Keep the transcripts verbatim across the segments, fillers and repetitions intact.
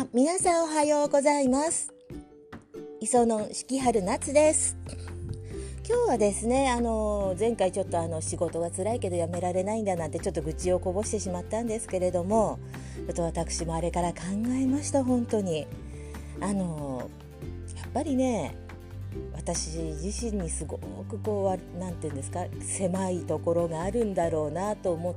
皆さんおはようございます。磯野四季春夏です。今日はですね、あの前回ちょっとあの仕事が辛いけどやめられないんだなんてちょっと愚痴をこぼしてしまったんですけれども、ちょっと私もあれから考えました。本当にあのやっぱりね、私自身にすごくこうなんていうんですか、狭いところがあるんだろうなと思って、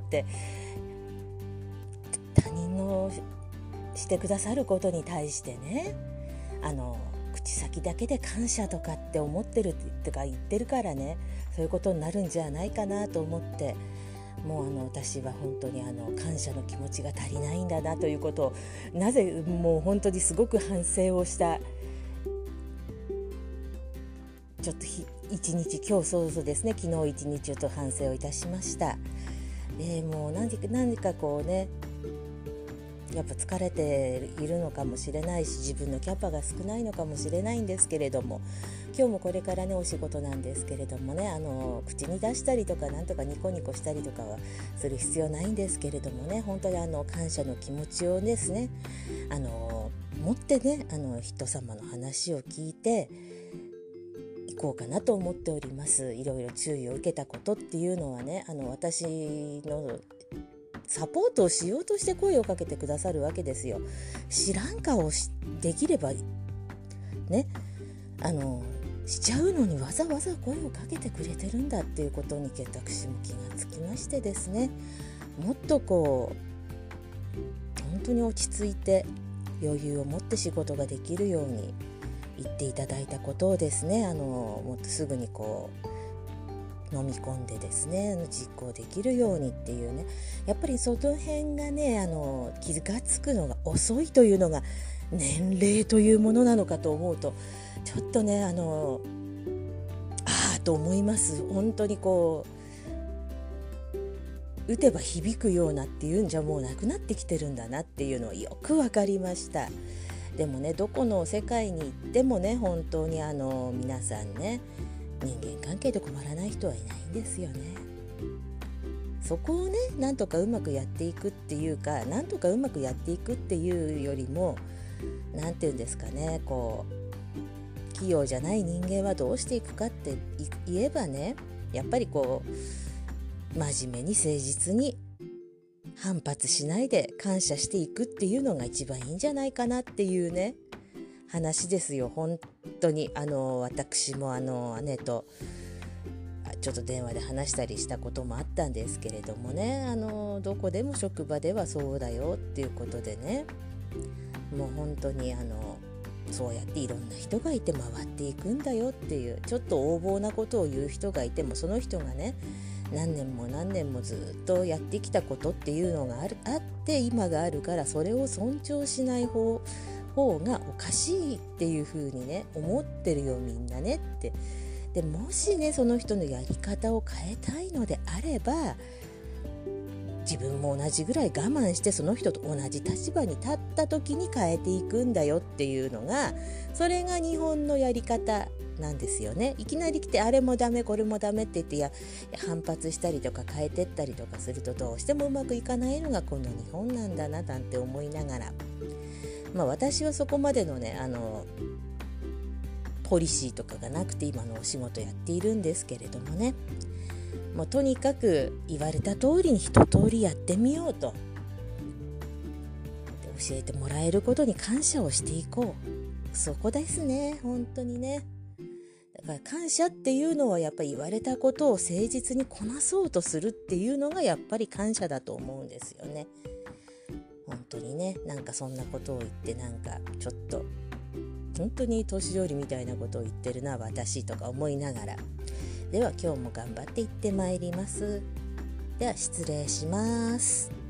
他人のしてくださることに対してね、あの口先だけで感謝とかって思ってるとか言ってるからね、そういうことになるんじゃないかなと思って、もうあの私は本当にあの感謝の気持ちが足りないんだなということを、なぜもう本当にすごく反省をしたちょっと一日、今日そうそうですね、昨日一日ちょっと反省をいたしました。でもう何か何かこうね、やっぱ疲れているのかもしれないし、自分のキャパが少ないのかもしれないんですけれども、今日もこれからねお仕事なんですけれどもね、あの口に出したりとかなんとかニコニコしたりとかはする必要ないんですけれどもね、本当にあの感謝の気持ちをですね、あの持ってね、あの人様の話を聞いていこうかなと思っております。いろいろ注意を受けたことっていうのはね、あの私のサポートをしようとして声をかけてくださるわけですよ。知らん顔しできればね、あのしちゃうのにわざわざ声をかけてくれてるんだっていうことに私も気がつきましてですね、もっとこう本当に落ち着いて余裕を持って仕事ができるように言っていただいたことをですね、あのもっとすぐにこう飲み込んでですね、実行できるようにっていうね、やっぱりその辺がね、あの気がつくのが遅いというのが年齢というものなのかと思うと、ちょっとね、あのああと思います。本当にこう打てば響くようなっていうんじゃもうなくなってきてるんだなっていうのはよくわかりました。でもね、どこの世界に行ってもね、本当にあの皆さんね、人間関係で困らない人はいないんですよね。そこをね、なんとかうまくやっていくっていうか、なんとかうまくやっていくっていうよりも、なんていうんですかね、こう器用じゃない人間はどうしていくかって言えばね、やっぱりこう真面目に誠実に反発しないで感謝していくっていうのが一番いいんじゃないかなっていうね話ですよ。本当にあの私もあの姉とちょっと電話で話したりしたこともあったんですけれどもね、あのどこでも職場ではそうだよっていうことでね、もう本当にあのそうやっていろんな人がいて回っていくんだよっていう、ちょっと横暴なことを言う人がいても、その人がね何年も何年もずっとやってきたことっていうのがあるあって今があるから、それを尊重しない方方がおかしいっていう風にね思ってるよみんなねって。でもしねその人のやり方を変えたいのであれば、自分も同じぐらい我慢してその人と同じ立場に立った時に変えていくんだよっていうのが、それが日本のやり方なんですよね。いきなり来てあれもダメこれもダメって言ってや反発したりとか変えてったりとかすると、どうしてもうまくいかないのがこの日本なんだななんて思いながら、まあ私はそこまでのねあのポリシーとかがなくて今のお仕事やっているんですけれどもね、もうとにかく言われた通りに一通りやってみようと、教えてもらえることに感謝をしていこう、そこですね本当にね。だから感謝っていうのはやっぱり言われたことを誠実にこなそうとするっていうのがやっぱり感謝だと思うんですよね。本当にね、なんかそんなことを言ってなんかちょっと本当に年寄りみたいなことを言ってるな私とか思いながら、では今日も頑張っていってまいります。では失礼します。